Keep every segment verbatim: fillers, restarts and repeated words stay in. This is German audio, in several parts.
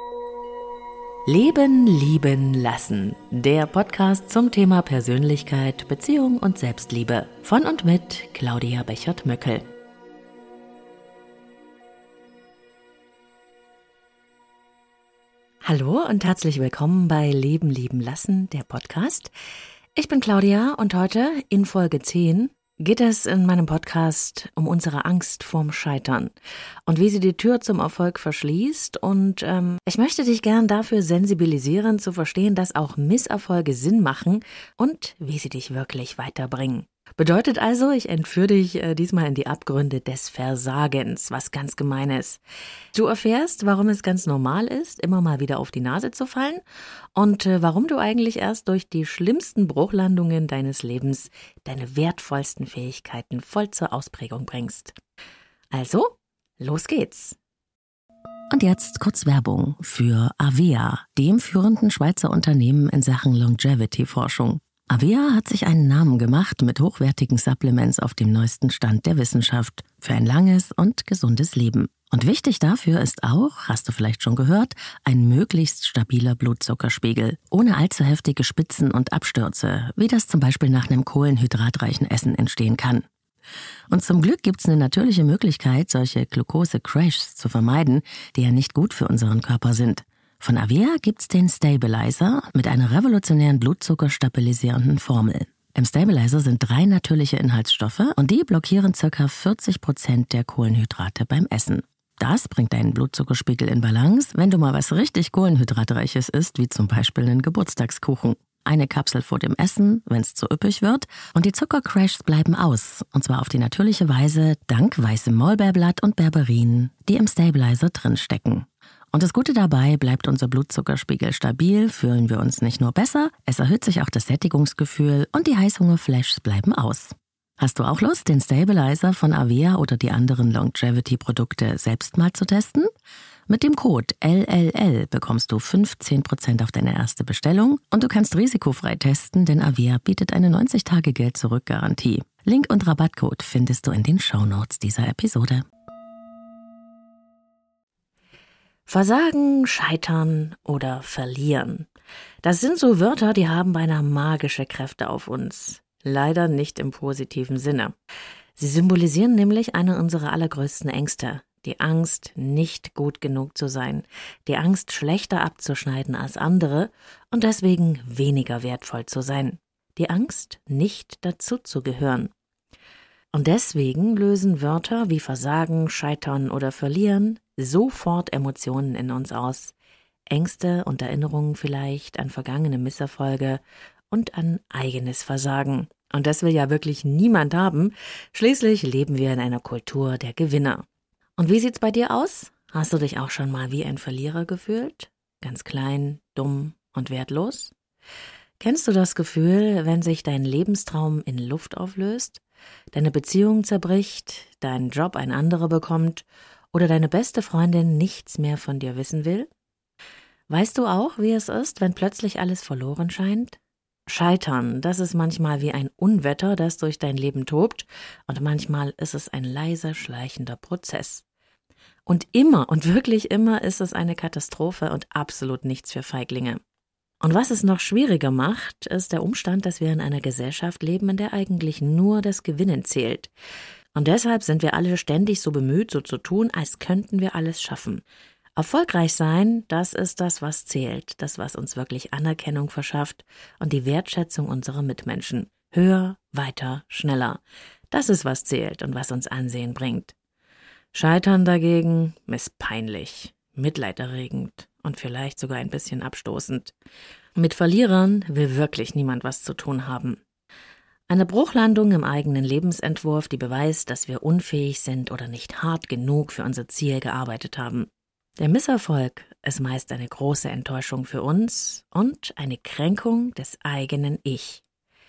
Leben, lieben, lassen. Der Podcast zum Thema Persönlichkeit, Beziehung und Selbstliebe. Von und mit Claudia Bechert-Möckel. Hallo und herzlich willkommen bei Leben, lieben, lassen, der Podcast. Ich bin Claudia und heute in Folge zehn geht es in meinem Podcast um unsere Angst vorm Scheitern und wie sie die Tür zum Erfolg verschließt. Und ähm, ich möchte dich gern dafür sensibilisieren, zu verstehen, dass auch Misserfolge Sinn machen und wie sie dich wirklich weiterbringen. Bedeutet also, ich entführe dich äh, diesmal in die Abgründe des Versagens, was ganz gemein ist. Du erfährst, warum es ganz normal ist, immer mal wieder auf die Nase zu fallen und äh, warum du eigentlich erst durch die schlimmsten Bruchlandungen deines Lebens deine wertvollsten Fähigkeiten voll zur Ausprägung bringst. Also, los geht's! Und jetzt kurz Werbung für Avea, dem führenden Schweizer Unternehmen in Sachen Longevity-Forschung. Avea hat sich einen Namen gemacht mit hochwertigen Supplements auf dem neuesten Stand der Wissenschaft für ein langes und gesundes Leben. Und wichtig dafür ist auch, hast du vielleicht schon gehört, ein möglichst stabiler Blutzuckerspiegel, ohne allzu heftige Spitzen und Abstürze, wie das zum Beispiel nach einem kohlenhydratreichen Essen entstehen kann. Und zum Glück gibt es eine natürliche Möglichkeit, solche Glucose-Crashs zu vermeiden, die ja nicht gut für unseren Körper sind. Von Avea gibt's den Stabilizer mit einer revolutionären blutzuckerstabilisierenden Formel. Im Stabilizer sind drei natürliche Inhaltsstoffe und die blockieren ca. vierzig Prozent der Kohlenhydrate beim Essen. Das bringt deinen Blutzuckerspiegel in Balance, wenn du mal was richtig Kohlenhydratreiches isst, wie zum Beispiel einen Geburtstagskuchen. Eine Kapsel vor dem Essen, wenn es zu üppig wird, und die Zuckercrashs bleiben aus, und zwar auf die natürliche Weise dank weißem Maulbeerblatt und Berberin, die im Stabilizer drinstecken. Und das Gute dabei, bleibt unser Blutzuckerspiegel stabil, fühlen wir uns nicht nur besser, es erhöht sich auch das Sättigungsgefühl und die Heißhungerflashs bleiben aus. Hast du auch Lust, den Stabilizer von Avea oder die anderen Longevity-Produkte selbst mal zu testen? Mit dem Code L L L bekommst du fünfzehn Prozent auf deine erste Bestellung und du kannst risikofrei testen, denn Avea bietet eine neunzig Tage Geld-Zurück-Garantie. Link und Rabattcode findest du in den Shownotes dieser Episode. Versagen, scheitern oder verlieren. Das sind so Wörter, die haben beinahe magische Kräfte auf uns. Leider nicht im positiven Sinne. Sie symbolisieren nämlich eine unserer allergrößten Ängste. Die Angst, nicht gut genug zu sein. Die Angst, schlechter abzuschneiden als andere und deswegen weniger wertvoll zu sein. Die Angst, nicht dazuzugehören. Und deswegen lösen Wörter wie Versagen, Scheitern oder Verlieren sofort Emotionen in uns aus. Ängste und Erinnerungen vielleicht an vergangene Misserfolge und an eigenes Versagen. Und das will ja wirklich niemand haben. Schließlich leben wir in einer Kultur der Gewinner. Und wie sieht's bei dir aus? Hast du dich auch schon mal wie ein Verlierer gefühlt? Ganz klein, dumm und wertlos? Kennst du das Gefühl, wenn sich dein Lebenstraum in Luft auflöst? Deine Beziehung zerbricht, dein Job ein anderer bekommt oder deine beste Freundin nichts mehr von dir wissen will? Weißt du auch, wie es ist, wenn plötzlich alles verloren scheint? Scheitern, das ist manchmal wie ein Unwetter, das durch dein Leben tobt, und manchmal ist es ein leiser, schleichender Prozess. Und immer und wirklich immer ist es eine Katastrophe und absolut nichts für Feiglinge. Und was es noch schwieriger macht, ist der Umstand, dass wir in einer Gesellschaft leben, in der eigentlich nur das Gewinnen zählt. Und deshalb sind wir alle ständig so bemüht, so zu tun, als könnten wir alles schaffen. Erfolgreich sein, das ist das, was zählt, das, was uns wirklich Anerkennung verschafft und die Wertschätzung unserer Mitmenschen. Höher, weiter, schneller. Das ist, was zählt und was uns Ansehen bringt. Scheitern dagegen ist peinlich, mitleiderregend und vielleicht sogar ein bisschen abstoßend. Mit Verlierern will wirklich niemand was zu tun haben. Eine Bruchlandung im eigenen Lebensentwurf, die beweist, dass wir unfähig sind oder nicht hart genug für unser Ziel gearbeitet haben. Der Misserfolg ist meist eine große Enttäuschung für uns und eine Kränkung des eigenen Ich.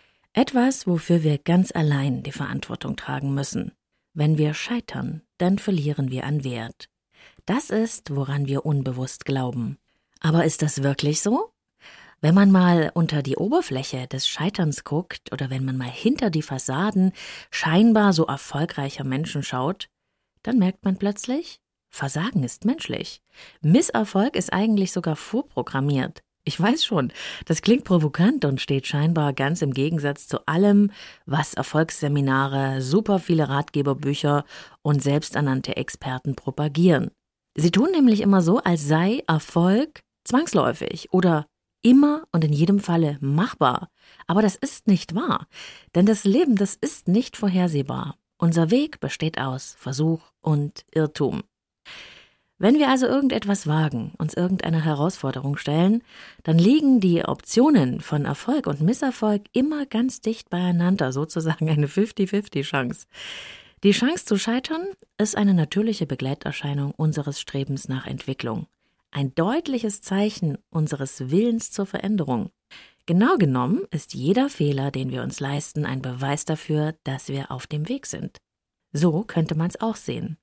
Etwas, wofür wir ganz allein die Verantwortung tragen müssen. Wenn wir scheitern, dann verlieren wir an Wert. Das ist, woran wir unbewusst glauben. Aber ist das wirklich so? Wenn man mal unter die Oberfläche des Scheiterns guckt oder wenn man mal hinter die Fassaden scheinbar so erfolgreicher Menschen schaut, dann merkt man plötzlich, Versagen ist menschlich. Misserfolg ist eigentlich sogar vorprogrammiert. Ich weiß schon, das klingt provokant und steht scheinbar ganz im Gegensatz zu allem, was Erfolgsseminare, super viele Ratgeberbücher und selbsternannte Experten propagieren. Sie tun nämlich immer so, als sei Erfolg zwangsläufig oder immer und in jedem Falle machbar. Aber das ist nicht wahr, denn das Leben, das ist nicht vorhersehbar. Unser Weg besteht aus Versuch und Irrtum. Wenn wir also irgendetwas wagen, uns irgendeiner Herausforderung stellen, dann liegen die Optionen von Erfolg und Misserfolg immer ganz dicht beieinander, sozusagen eine fifty-fifty-Chance. Die Chance zu scheitern ist eine natürliche Begleiterscheinung unseres Strebens nach Entwicklung. Ein deutliches Zeichen unseres Willens zur Veränderung. Genau genommen ist jeder Fehler, den wir uns leisten, ein Beweis dafür, dass wir auf dem Weg sind. So könnte man es auch sehen.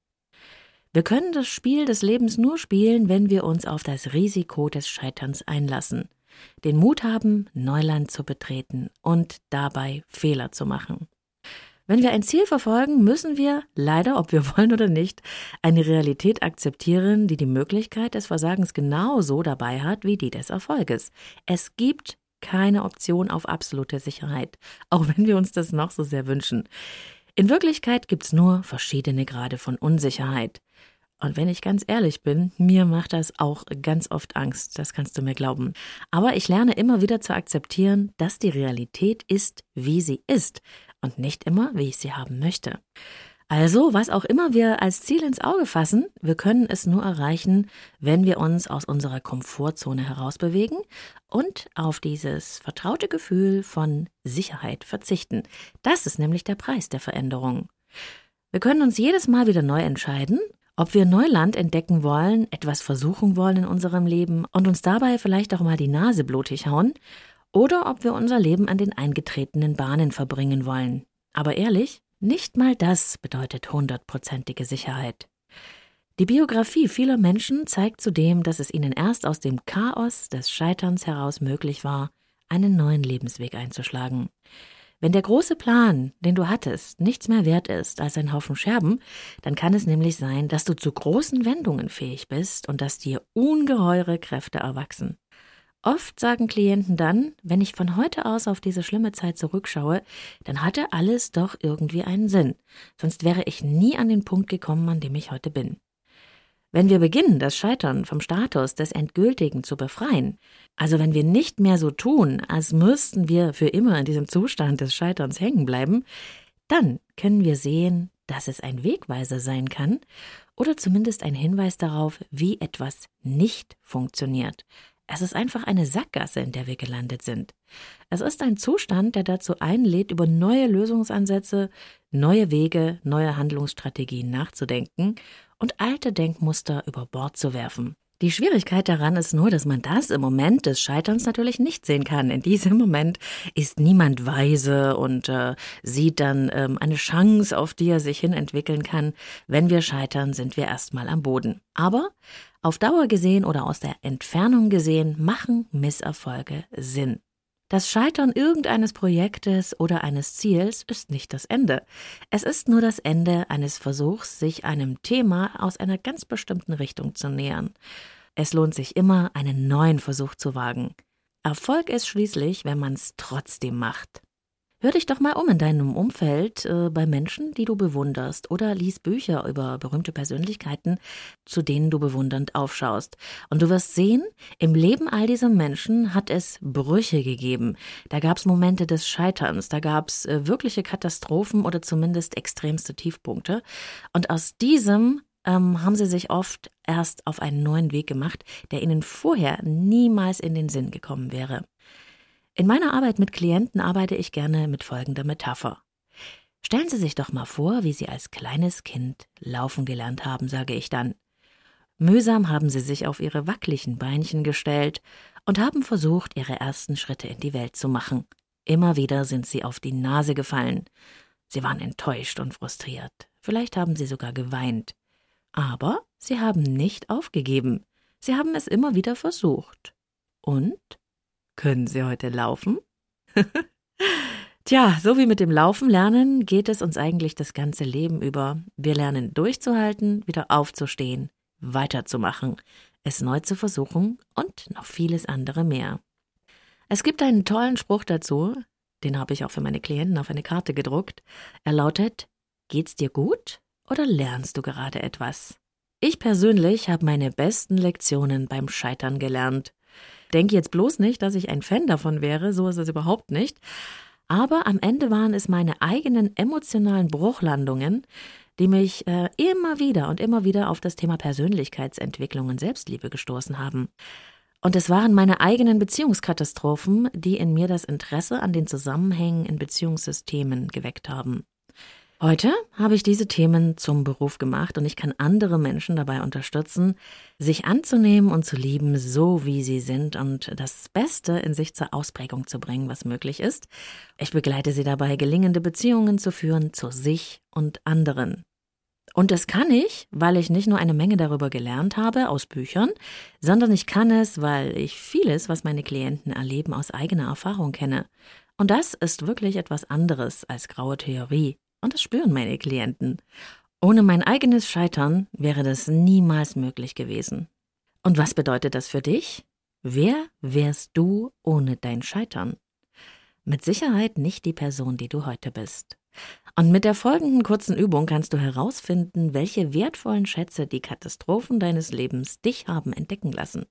Wir können das Spiel des Lebens nur spielen, wenn wir uns auf das Risiko des Scheiterns einlassen, den Mut haben, Neuland zu betreten und dabei Fehler zu machen. Wenn wir ein Ziel verfolgen, müssen wir, leider, ob wir wollen oder nicht, eine Realität akzeptieren, die die Möglichkeit des Versagens genauso dabei hat wie die des Erfolges. Es gibt keine Option auf absolute Sicherheit, auch wenn wir uns das noch so sehr wünschen. In Wirklichkeit gibt's nur verschiedene Grade von Unsicherheit. Und wenn ich ganz ehrlich bin, mir macht das auch ganz oft Angst, das kannst du mir glauben. Aber ich lerne immer wieder zu akzeptieren, dass die Realität ist, wie sie ist und nicht immer, wie ich sie haben möchte. Also, was auch immer wir als Ziel ins Auge fassen, wir können es nur erreichen, wenn wir uns aus unserer Komfortzone herausbewegen und auf dieses vertraute Gefühl von Sicherheit verzichten. Das ist nämlich der Preis der Veränderung. Wir können uns jedes Mal wieder neu entscheiden, ob wir Neuland entdecken wollen, etwas versuchen wollen in unserem Leben und uns dabei vielleicht auch mal die Nase blutig hauen, oder ob wir unser Leben an den eingetretenen Bahnen verbringen wollen. Aber ehrlich, nicht mal das bedeutet hundertprozentige Sicherheit. Die Biografie vieler Menschen zeigt zudem, dass es ihnen erst aus dem Chaos des Scheiterns heraus möglich war, einen neuen Lebensweg einzuschlagen. Wenn der große Plan, den du hattest, nichts mehr wert ist als ein Haufen Scherben, dann kann es nämlich sein, dass du zu großen Wendungen fähig bist und dass dir ungeheure Kräfte erwachsen. Oft sagen Klienten dann, wenn ich von heute aus auf diese schlimme Zeit zurückschaue, dann hatte alles doch irgendwie einen Sinn, sonst wäre ich nie an den Punkt gekommen, an dem ich heute bin. Wenn wir beginnen, das Scheitern vom Status des Endgültigen zu befreien, also wenn wir nicht mehr so tun, als müssten wir für immer in diesem Zustand des Scheiterns hängen bleiben, dann können wir sehen, dass es ein Wegweiser sein kann oder zumindest ein Hinweis darauf, wie etwas nicht funktioniert. Es ist einfach eine Sackgasse, in der wir gelandet sind. Es ist ein Zustand, der dazu einlädt, über neue Lösungsansätze, neue Wege, neue Handlungsstrategien nachzudenken und alte Denkmuster über Bord zu werfen. Die Schwierigkeit daran ist nur, dass man das im Moment des Scheiterns natürlich nicht sehen kann. In diesem Moment ist niemand weise und äh, sieht dann ähm, eine Chance, auf die er sich hin entwickeln kann. Wenn wir scheitern, sind wir erstmal am Boden. Aber auf Dauer gesehen oder aus der Entfernung gesehen, machen Misserfolge Sinn. Das Scheitern irgendeines Projektes oder eines Ziels ist nicht das Ende. Es ist nur das Ende eines Versuchs, sich einem Thema aus einer ganz bestimmten Richtung zu nähern. Es lohnt sich immer, einen neuen Versuch zu wagen. Erfolg ist schließlich, wenn man es trotzdem macht. Hör dich doch mal um in deinem Umfeld äh, bei Menschen, die du bewunderst, oder lies Bücher über berühmte Persönlichkeiten, zu denen du bewundernd aufschaust. Und du wirst sehen, im Leben all dieser Menschen hat es Brüche gegeben. Da gab es Momente des Scheiterns, da gab es äh, wirkliche Katastrophen oder zumindest extremste Tiefpunkte. Und aus diesem ähm, haben sie sich oft erst auf einen neuen Weg gemacht, der ihnen vorher niemals in den Sinn gekommen wäre. In meiner Arbeit mit Klienten arbeite ich gerne mit folgender Metapher. Stellen Sie sich doch mal vor, wie Sie als kleines Kind laufen gelernt haben, sage ich dann. Mühsam haben Sie sich auf Ihre wackeligen Beinchen gestellt und haben versucht, Ihre ersten Schritte in die Welt zu machen. Immer wieder sind Sie auf die Nase gefallen. Sie waren enttäuscht und frustriert. Vielleicht haben Sie sogar geweint. Aber Sie haben nicht aufgegeben. Sie haben es immer wieder versucht. Und? Können Sie heute laufen? Tja, so wie mit dem Laufen lernen geht es uns eigentlich das ganze Leben über. Wir lernen durchzuhalten, wieder aufzustehen, weiterzumachen, es neu zu versuchen und noch vieles andere mehr. Es gibt einen tollen Spruch dazu, den habe ich auch für meine Klienten auf eine Karte gedruckt. Er lautet: Geht's dir gut oder lernst du gerade etwas? Ich persönlich habe meine besten Lektionen beim Scheitern gelernt. Denke jetzt bloß nicht, dass ich ein Fan davon wäre, so ist es überhaupt nicht. Aber am Ende waren es meine eigenen emotionalen Bruchlandungen, die mich äh, immer wieder und immer wieder auf das Thema Persönlichkeitsentwicklung und Selbstliebe gestoßen haben. Und es waren meine eigenen Beziehungskatastrophen, die in mir das Interesse an den Zusammenhängen in Beziehungssystemen geweckt haben. Heute habe ich diese Themen zum Beruf gemacht und ich kann andere Menschen dabei unterstützen, sich anzunehmen und zu lieben, so wie sie sind und das Beste in sich zur Ausprägung zu bringen, was möglich ist. Ich begleite sie dabei, gelingende Beziehungen zu führen zu sich und anderen. Und das kann ich, weil ich nicht nur eine Menge darüber gelernt habe aus Büchern, sondern ich kann es, weil ich vieles, was meine Klienten erleben, aus eigener Erfahrung kenne. Und das ist wirklich etwas anderes als graue Theorie. Und das spüren meine Klienten. Ohne mein eigenes Scheitern wäre das niemals möglich gewesen. Und was bedeutet das für dich? Wer wärst du ohne dein Scheitern? Mit Sicherheit nicht die Person, die du heute bist. Und mit der folgenden kurzen Übung kannst du herausfinden, welche wertvollen Schätze die Katastrophen deines Lebens dich haben entdecken lassen.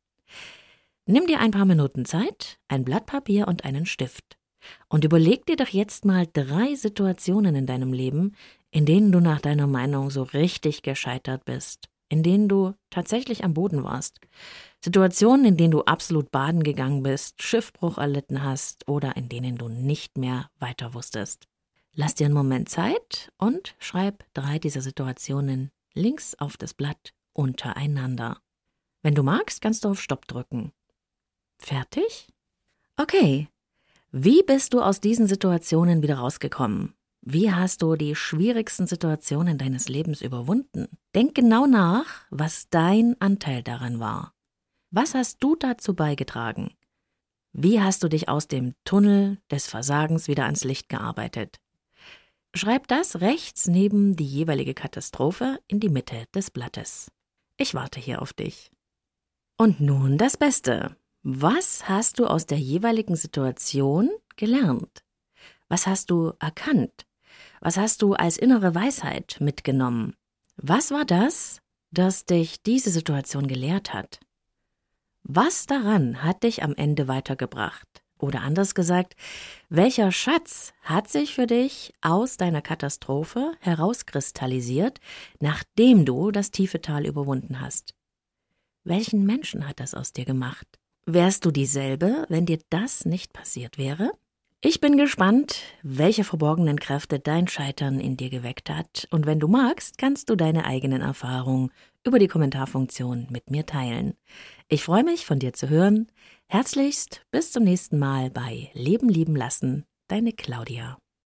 Nimm dir ein paar Minuten Zeit, ein Blatt Papier und einen Stift und überleg dir doch jetzt mal drei Situationen in deinem Leben, in denen du nach deiner Meinung so richtig gescheitert bist, in denen du tatsächlich am Boden warst. Situationen, in denen du absolut baden gegangen bist, Schiffbruch erlitten hast oder in denen du nicht mehr weiter wusstest. Lass dir einen Moment Zeit und schreib drei dieser Situationen links auf das Blatt untereinander. Wenn du magst, kannst du auf Stopp drücken. Fertig? Okay. Wie bist du aus diesen Situationen wieder rausgekommen? Wie hast du die schwierigsten Situationen deines Lebens überwunden? Denk genau nach, was dein Anteil daran war. Was hast du dazu beigetragen? Wie hast du dich aus dem Tunnel des Versagens wieder ans Licht gearbeitet? Schreib das rechts neben die jeweilige Katastrophe in die Mitte des Blattes. Ich warte hier auf dich. Und nun das Beste. Was hast du aus der jeweiligen Situation gelernt? Was hast du erkannt? Was hast du als innere Weisheit mitgenommen? Was war das, das dich diese Situation gelehrt hat? Was daran hat dich am Ende weitergebracht? Oder anders gesagt, welcher Schatz hat sich für dich aus deiner Katastrophe herauskristallisiert, nachdem du das tiefe Tal überwunden hast? Welchen Menschen hat das aus dir gemacht? Wärst du dieselbe, wenn dir das nicht passiert wäre? Ich bin gespannt, welche verborgenen Kräfte dein Scheitern in dir geweckt hat. Und wenn du magst, kannst du deine eigenen Erfahrungen über die Kommentarfunktion mit mir teilen. Ich freue mich, von dir zu hören. Herzlichst bis zum nächsten Mal bei Leben lieben lassen, deine Claudia.